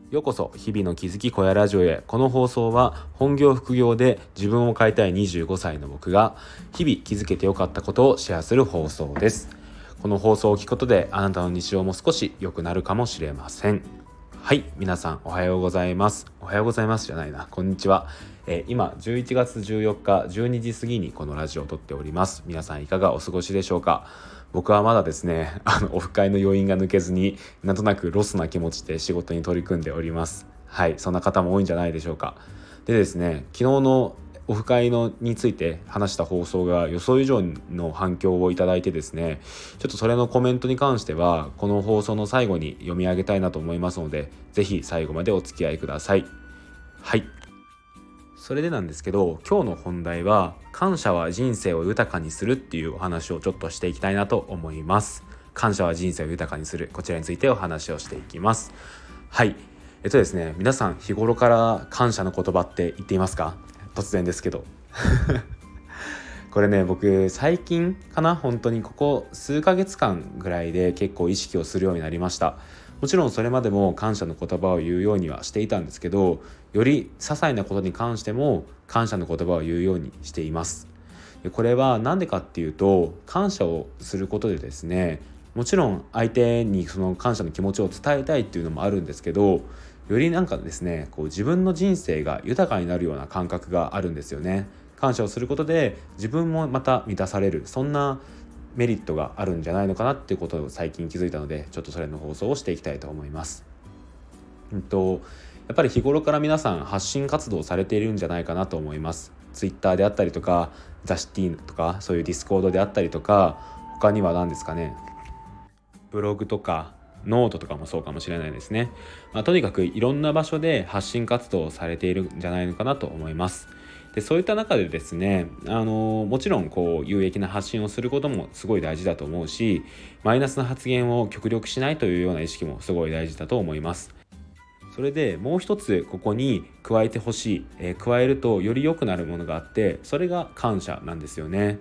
ようこそ日々の気づき小屋ラジオへ。この放送は本業副業で自分を変えたい25歳の僕が日々気づけてよかったことをシェアする放送です。この放送を聞くことであなたの日常も少し良くなるかもしれません。はい、皆さんおはようございます。おはようございますじゃないな、こんにちは。今11月14日12時過ぎにこのラジオを撮っております。皆さんいかがお過ごしでしょうか。僕はまだですね、オフ会の余韻が抜けずに、なんとなくロスな気持ちで仕事に取り組んでおります。はい、そんな方も多いんじゃないでしょうか。でですね、昨日のオフ会について話した放送が予想以上の反響をいただいてですね、ちょっとそれのコメントに関してはこの放送の最後に読み上げたいなと思いますので、ぜひ最後までお付き合いください。はい、それでなんですけど、今日の本題は感謝は人生を豊かにするっていうお話をちょっとしていきたいなと思います。感謝は人生を豊かにする、こちらについてお話をしていきます。はい、ですね、皆さん日頃から感謝の言葉って言っていますか？突然ですけどこれね、僕最近かな、本当にここ数ヶ月間ぐらいで結構意識をするようになりました。もちろんそれまでも感謝の言葉を言うようにはしていたんですけど、より些細なことに関しても感謝の言葉を言うようにしています。でこれは何でかっていうと、感謝をすることでですね、もちろん相手にその感謝の気持ちを伝えたいっていうのもあるんですけど、よりなんかですね、こう自分の人生が豊かになるような感覚があるんですよね。感謝をすることで自分もまた満たされる、そんなメリットがあるんじゃないのかなっていうことを最近気づいたので、ちょっとそれの放送をしていきたいと思います。やっぱり日頃から皆さん発信活動されているんじゃないかなと思います。ツイッターであったりとか、ザシティとか、そういうディスコードであったりとか、他には何ですかね、ブログとかノートとかもそうかもしれないですね。とにかくいろんな場所で発信活動をされているんじゃないのかなと思います。でそういった中でですね、もちろんこう有益な発信をすることもすごい大事だと思うし、マイナスな発言を極力しないというような意識もすごい大事だと思います。それでもう一つここに加えてほしい、加えるとより良くなるものがあって、それが感謝なんですよね。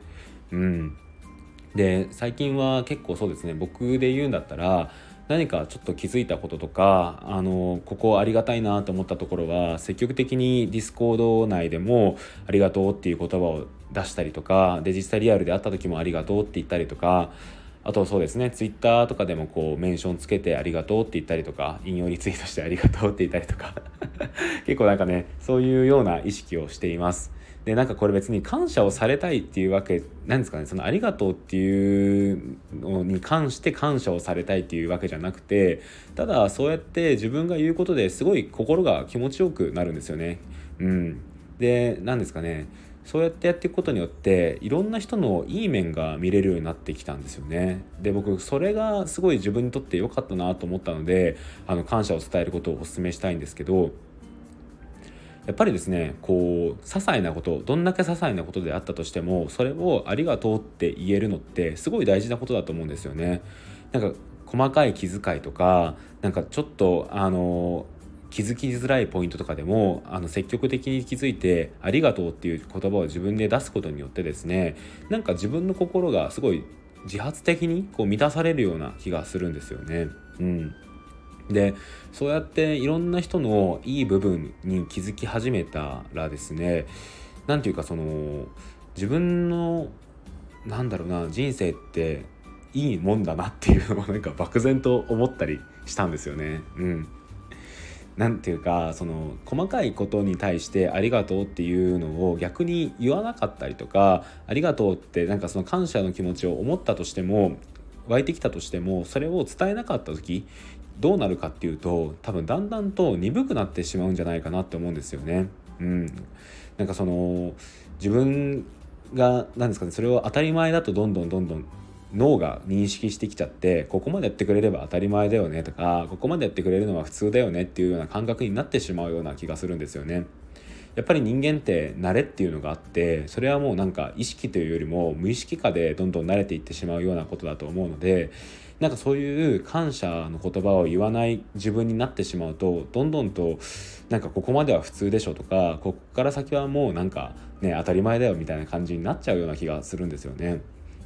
で最近は結構そうですね、僕で言うんだったら、何かちょっと気づいたこととか、ここありがたいなと思ったところは積極的にディスコード内でもありがとうっていう言葉を出したりとか、で実際リアルで会った時もありがとうって言ったりとか、あとそうですね、ツイッターとかでもこうメンションつけてありがとうって言ったりとか、引用リツイートしてありがとうって言ったりとか結構なんかね、そういうような意識をしています。でなんかこれ別に感謝をされたいっていうわけなんですかね、そのありがとうっていうのに関して感謝をされたいっていうわけじゃなくて、ただそうやって自分が言うことですごい心が気持ちよくなるんですよね。でなんですかね、そうやってやっていくことによっていろんな人のいい面が見れるようになってきたんですよね。で僕それがすごい自分にとって良かったなと思ったので、感謝を伝えることをお勧めしたいんですけど、やっぱりですね、こう些細なこと、どんだけ些細なことであったとしてもそれをありがとうって言えるのってすごい大事なことだと思うんですよね。なんか細かい気遣いとか、なんかちょっと気づきづらいポイントとかでも積極的に気づいてありがとうっていう言葉を自分で出すことによってですね、なんか自分の心がすごい自発的にこう満たされるような気がするんですよね。でそうやっていろんな人のいい部分に気づき始めたらですね、なんていうかその自分のなんだろうな、人生っていいもんだなっていうのをなんか漠然と思ったりしたんですよね。なんていうか、その細かいことに対してありがとうっていうのを逆に言わなかったりとか、ありがとうってなんかその感謝の気持ちを思ったとしても、湧いてきたとしてもそれを伝えなかった時どうなるかっていうと、多分だんだんと鈍くなってしまうんじゃないかなって思うんですよね。なんかその自分が何ですかね、それを当たり前だとどんどん脳が認識してきちゃって、ここまでやってくれれば当たり前だよねとか、ここまでやってくれるのは普通だよねっていうような感覚になってしまうような気がするんですよね。やっぱり人間って慣れっていうのがあって、それはもうなんか意識というよりも無意識下でどんどん慣れていってしまうようなことだと思うので、なんかそういう感謝の言葉を言わない自分になってしまうと、どんどんとなんかここまでは普通でしょとか、ここから先はもうなんかね当たり前だよみたいな感じになっちゃうような気がするんですよね。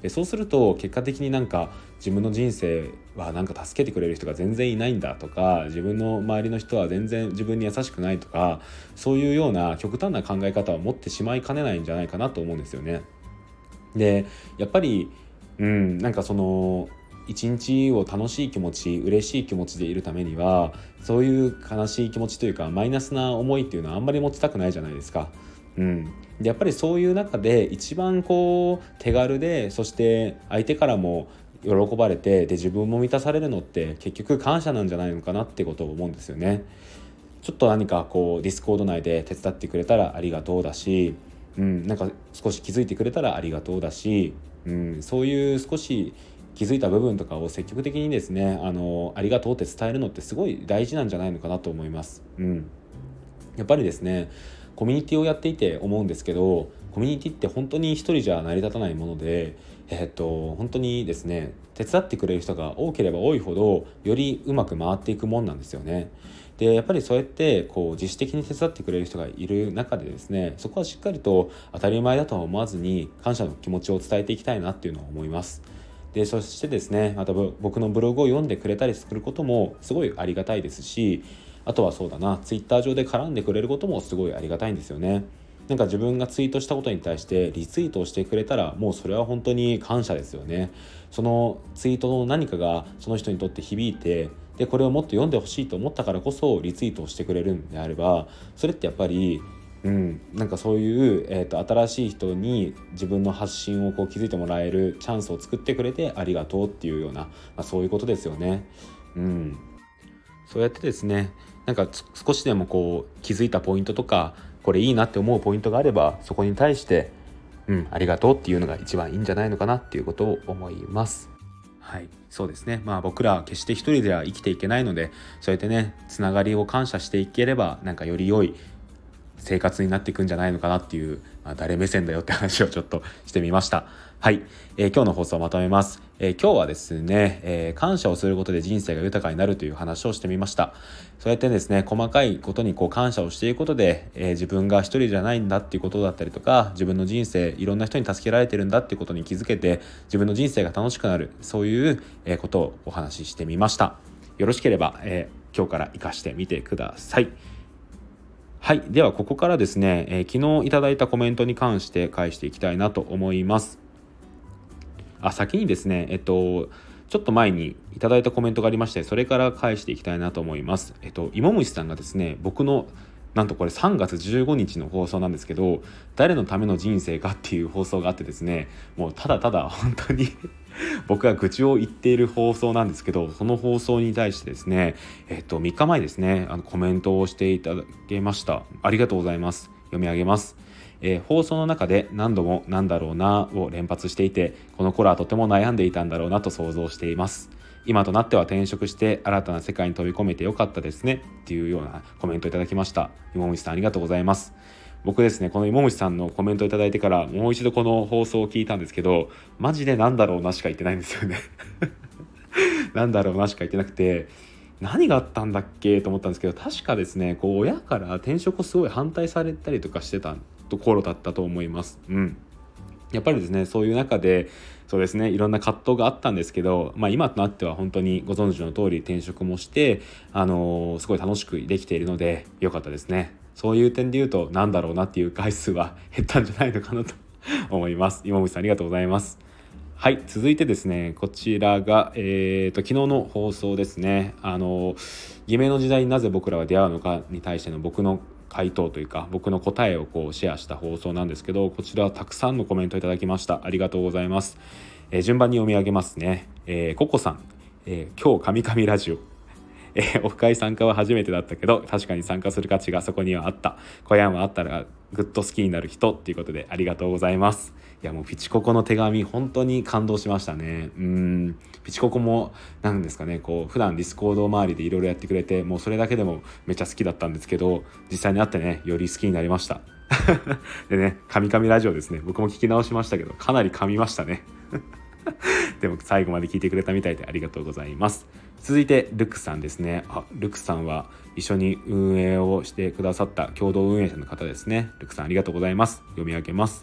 でそうすると結果的になんか自分の人生はなんか助けてくれる人が全然いないんだとか、自分の周りの人は全然自分に優しくないとか、そういうような極端な考え方を持ってしまいかねないんじゃないかなと思うんですよね。でやっぱりなんかその一日を楽しい気持ち、嬉しい気持ちでいるためには、そういう悲しい気持ちというかマイナスな思いっていうのはあんまり持ちたくないじゃないですか。でやっぱりそういう中で一番こう手軽で、そして相手からも喜ばれて、で自分も満たされるのって結局感謝なんじゃないのかなってことを思うんですよね。ちょっと何かこうディスコード内で手伝ってくれたらありがとうだし、なんか少し気づいてくれたらありがとうだし、そういう少し気づいた部分とかを積極的にですね、ありがとうって伝えるのってすごい大事なんじゃないのかなと思います。やっぱりですね、コミュニティをやっていて思うんですけど、コミュニティって本当に一人じゃ成り立たないもので、本当にですね、手伝ってくれる人が多ければ多いほどよりうまく回っていくもんなんですよね。でやっぱりそうやってこう自主的に手伝ってくれる人がいる中でですね、そこはしっかりと当たり前だとは思わずに感謝の気持ちを伝えていきたいなっていうのを思います。でそしてですね、また僕のブログを読んでくれたりすることもすごいありがたいですし、あとはそうだな、ツイッター上で絡んでくれることもすごいありがたいんですよね。なんか自分がツイートしたことに対してリツイートをしてくれたら、もうそれは本当に感謝ですよね。そのツイートの何かがその人にとって響いて、でこれをもっと読んでほしいと思ったからこそリツイートをしてくれるんであれば、それってやっぱりなんかそういう、新しい人に自分の発信をこう気づいてもらえるチャンスを作ってくれてありがとうっていうような、そういうことですよね。そうやってですね、なんか少しでもこう気づいたポイントとか、これいいなって思うポイントがあれば、そこに対してありがとうっていうのが一番いいんじゃないのかなっていうことを思います。はい、そうですね。僕らは決して一人では生きていけないので、そうやってね、つながりを感謝していければ、なんかより良い生活になっていくんじゃないのかなっていう、誰目線だよって話をちょっとしてみました。はい、今日の放送をまとめます。今日はですね、感謝をすることで人生が豊かになるという話をしてみました。そうやってですね、細かいことにこう感謝をしていくことで、自分が一人じゃないんだっていうことだったりとか、自分の人生いろんな人に助けられてるんだっていうことに気づけて、自分の人生が楽しくなる、そういう、ことをお話ししてみました。よろしければ、今日から活かしてみてください。はい、ではここからですね、昨日いただいたコメントに関して返していきたいなと思います。先にですね、ちょっと前にいただいたコメントがありまして、それから返していきたいなと思います。芋虫さんがですね、僕のなんとこれ3月15日の放送なんですけど、誰のための人生かっていう放送があってですね、もうただただ本当に僕が愚痴を言っている放送なんですけど、その放送に対してですね、3日前ですね、コメントをしていただけました。ありがとうございます。読み上げます。放送の中で何度もなんだろうなを連発していて、この頃はとても悩んでいたんだろうなと想像しています。今となっては転職して新たな世界に飛び込めてよかったですねっていうようなコメントをいただきました。芋虫さんありがとうございます。僕ですね、この芋虫さんのコメントをいただいてからもう一度この放送を聞いたんですけど、マジでなんだろうなしか言ってないんですよねなんだろうなしか言ってなくて、何があったんだっけと思ったんですけど、確かですね、こう親から転職をすごい反対されたりとかしてたところだったと思います。やっぱりですね、そういう中でそうですね、いろんな葛藤があったんですけど、今となっては本当にご存知の通り転職もして、すごい楽しくできているので良かったですね。そういう点で言うと、なんだろうなっていう回数は減ったんじゃないのかなと思います。今口さんありがとうございます。はい、続いてですね、こちらが、昨日の放送ですね。偽名の時代になぜ僕らは出会うのかに対しての僕の回答というか、僕の答えをこうシェアした放送なんですけど、こちらはたくさんのコメントいただきました。ありがとうございます。順番に読み上げますね。ココさん、今日カミカミラジオ、オフ会参加は初めてだったけど、確かに参加する価値がそこにはあった。小屋もあったらぐっと好きになる人っていうことで、ありがとうございます。いやもうピチココの手紙本当に感動しましたね。ピチココもなんですかね、こう普段ディスコード周りでいろいろやってくれて、もうそれだけでもめっちゃ好きだったんですけど、実際に会ってね、より好きになりましたでね、カミカミラジオですね、僕も聞き直しましたけど、かなり噛みましたねでも最後まで聞いてくれたみたいでありがとうございます。続いてルクさんですね。ルクさんは一緒に運営をしてくださった共同運営者の方ですね。ルクさんありがとうございます。読み上げます。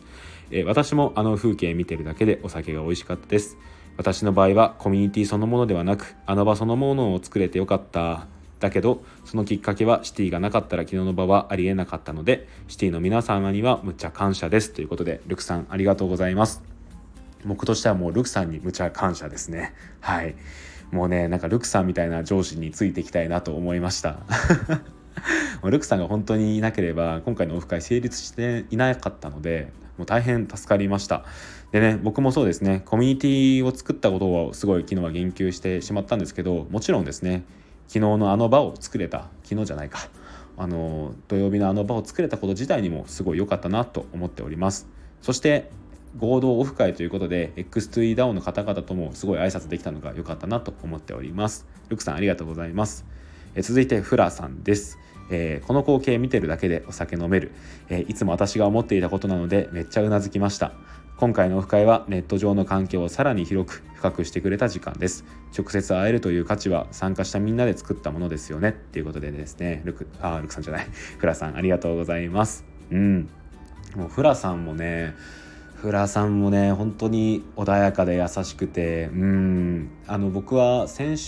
私もあの風景見てるだけでお酒が美味しかったです。私の場合はコミュニティそのものではなく、あの場そのものを作れてよかった。だけどそのきっかけはシティがなかったら昨日の場はありえなかったので、シティの皆様にはむっちゃ感謝ですということで、ルクさんありがとうございます。僕としてはもうルクさんにむちゃ感謝ですね。はい、もうね、なんかルクさんみたいな上司についていきたいなと思いましたルクさんが本当にいなければ今回のオフ会成立していなかったので、もう大変助かりました。でね、僕もそうですね、コミュニティを作ったことをすごい昨日は言及してしまったんですけど、もちろんですね、昨日のあの場を作れた、昨日じゃないか、土曜日のあの場を作れたこと自体にもすごい良かったなと思っております。そして合同オフ会ということで X2EDAO の方々ともすごい挨拶できたのが良かったなと思っております。ルクさんありがとうございます。続いてフラさんです。この光景見てるだけでお酒飲める、いつも私が思っていたことなのでめっちゃうなずきました。今回のオフ会はネット上の関係をさらに広く深くしてくれた時間です。直接会えるという価値は参加したみんなで作ったものですよねっていうことでですね、ルクさんじゃないフラさんありがとうございます。もうフラさんもね本当に穏やかで優しくて、僕は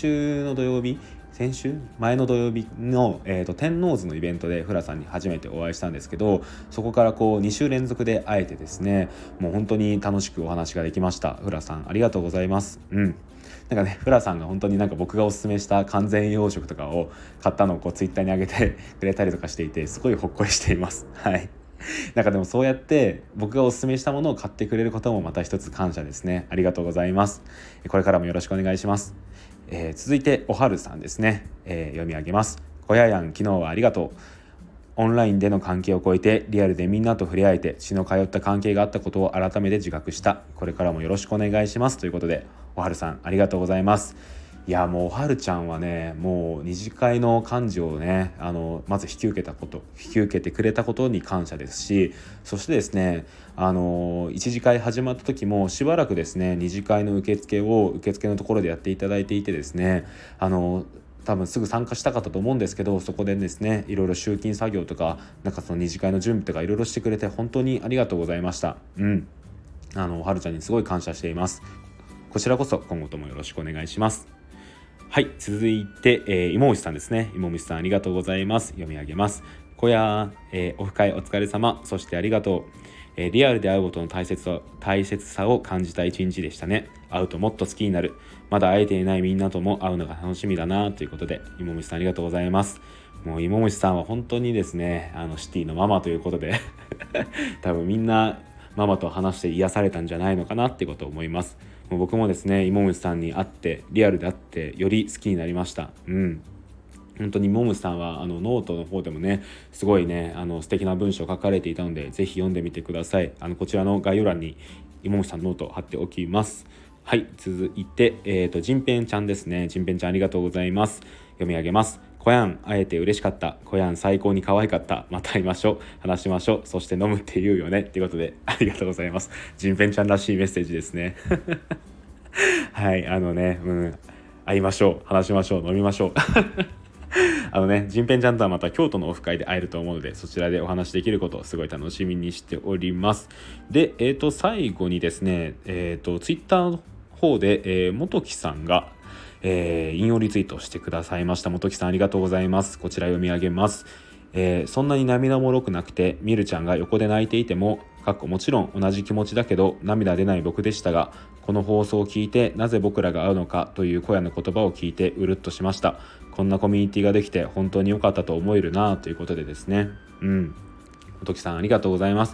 前の土曜日の、天王洲のイベントでフラさんに初めてお会いしたんですけど、そこからこう2週連続で会えてですね、もう本当に楽しくお話ができました。フラさんありがとうございます。なんかね、フラさんが本当になんか僕がおすすめした完全養殖とかを買ったのをこうツイッターに上げてくれたりとかしていて、すごいほっこりしています。はい。なんかでもそうやって僕がおすすめしたものを買ってくれることもまた一つ感謝ですね。ありがとうございます。これからもよろしくお願いします。続いておはるさんですね、読み上げます。小屋やん、昨日はありがとう。オンラインでの関係を超えてリアルでみんなと触れ合えて血の通った関係があったことを改めて自覚した。これからもよろしくお願いしますということで、おはるさんありがとうございます。いや、もうおはるちゃんはね、もう二次会の幹事をね、まず引き受けてくれたことに感謝ですし、そしてですね、一次会始まった時もしばらくですね、二次会の受付のところでやっていただいていてですね、多分すぐ参加したかったと思うんですけど、そこでですね、いろいろ集金作業とか、なんかその二次会の準備とかいろいろしてくれて本当にありがとうございました。おはるちゃんにすごい感謝しています。こちらこそ今後ともよろしくお願いします。はい、続いて、芋虫さんですね。芋虫さんありがとうございます。読み上げます。小屋、オフ会お疲れ様、そしてありがとう。リアルで会うことの大切さを感じた一日でしたね。会うともっと好きになる。まだ会えていないみんなとも会うのが楽しみだなということで、芋虫さんありがとうございます。もう芋虫さんは本当にですね、シティのママということで多分みんなママと話して癒されたんじゃないのかなっていうことを思います。もう僕もですね、芋虫さんに会ってリアルで会ってより好きになりました。本当に芋虫さんはノートの方でもね、すごいね素敵な文章を書かれていたので、ぜひ読んでみてください。こちらの概要欄に芋虫さんのノートを貼っておきます。はい、続いてじんぺんちゃんですね。じんぺんちゃんありがとうございます。読み上げます。小やん、会えて嬉しかった。小やん、最高に可愛かった。また会いましょう。話しましょう。そして飲むって言うよね。ということで、ありがとうございます。じんぺんちゃんらしいメッセージですね。はい、会いましょう。話しましょう。飲みましょう。じんぺんちゃんとはまた京都のオフ会で会えると思うので、そちらでお話できることをすごい楽しみにしております。で、最後にですね、ツイッターの方で、元木さんが引用リツイートしてくださいました。元木さんありがとうございます。こちら読み上げます。そんなに涙もろくなくて、みるちゃんが横で泣いていてももちろん同じ気持ちだけど涙出ない僕でしたが、この放送を聞いてなぜ僕らが会うのかという小屋の言葉を聞いてうるっとしました。こんなコミュニティができて本当に良かったと思えるなということでですね、元木さんありがとうございます。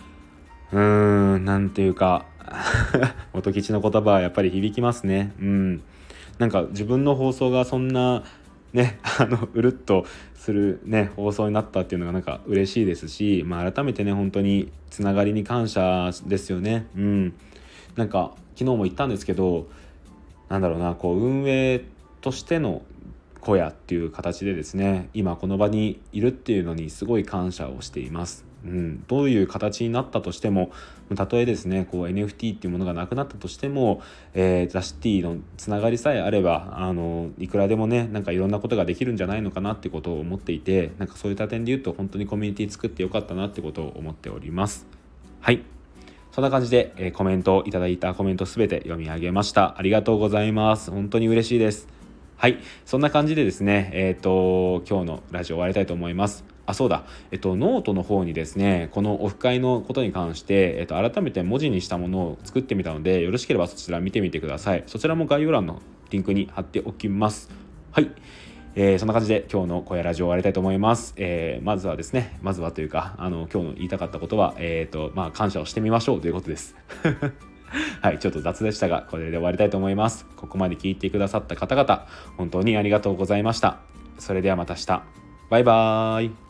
なんていうか元吉の言葉はやっぱり響きますね。なんか自分の放送がそんなねうるっとするね放送になったっていうのがなんか嬉しいですし、改めてね本当につながりに感謝ですよね。なんか昨日も言ったんですけど、なんだろうな、こう運営としての小屋っていう形でですね、今この場にいるっていうのにすごい感謝をしています。どういう形になったとしても、たとえですねこう NFT っていうものがなくなったとしても、ザ・シティのつながりさえあればいくらでもねなんかいろんなことができるんじゃないのかなってことを思っていて、なんかそういった点で言うと本当にコミュニティ作ってよかったなってことを思っております。はい、 そんな感じで、コメントいただいたコメントすべて読み上げました。ありがとうございます。本当に嬉しいです。はい、そんな感じでですね、今日のラジオ終わりたいと思います。そうだ、ノートの方にですね、このオフ会のことに関して、改めて文字にしたものを作ってみたので、よろしければそちら見てみてください。そちらも概要欄のリンクに貼っておきます。はい、そんな感じで今日の小屋ラジオを終わりたいと思います。まずはですね、まずはというか、今日の言いたかったことは、感謝をしてみましょうということです。はい、ちょっと雑でしたが、これで終わりたいと思います。ここまで聞いてくださった方々、本当にありがとうございました。それではまた明日。バイバーイ。